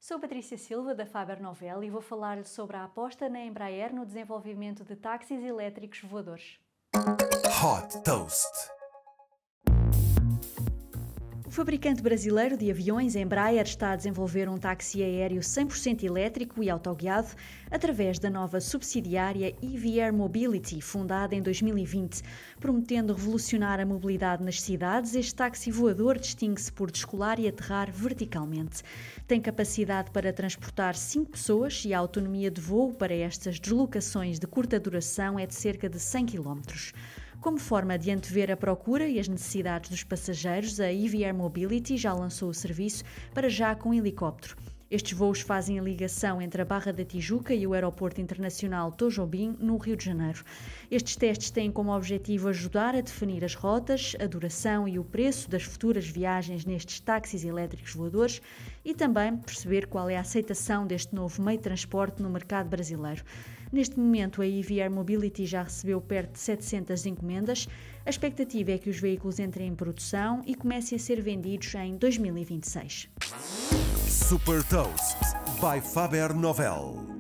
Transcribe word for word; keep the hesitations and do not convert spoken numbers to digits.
Sou Patrícia Silva, da Faber Novel, e vou falar-lhe sobre a aposta na Embraer no desenvolvimento de táxis elétricos voadores. Hot Toast. O fabricante brasileiro de aviões Embraer está a desenvolver um táxi aéreo cem por cento elétrico e autoguiado através da nova subsidiária E V Air Mobility, fundada em dois mil e vinte. Prometendo revolucionar a mobilidade nas cidades, este táxi voador distingue-se por descolar e aterrar verticalmente. Tem capacidade para transportar cinco pessoas e a autonomia de voo para estas deslocações de curta duração é de cerca de cem quilómetros. Como forma de antever a procura e as necessidades dos passageiros, a E V Air Mobility já lançou o serviço, para já com helicóptero. Estes voos fazem a ligação entre a Barra da Tijuca e o Aeroporto Internacional Tojobim, no Rio de Janeiro. Estes testes têm como objetivo ajudar a definir as rotas, a duração e o preço das futuras viagens nestes táxis elétricos voadores e também perceber qual é a aceitação deste novo meio de transporte no mercado brasileiro. Neste momento, a E V Air Mobility já recebeu perto de setecentas encomendas. A expectativa é que os veículos entrem em produção e comecem a ser vendidos em dois mil e vinte e seis. Super Toast by Faber Novel.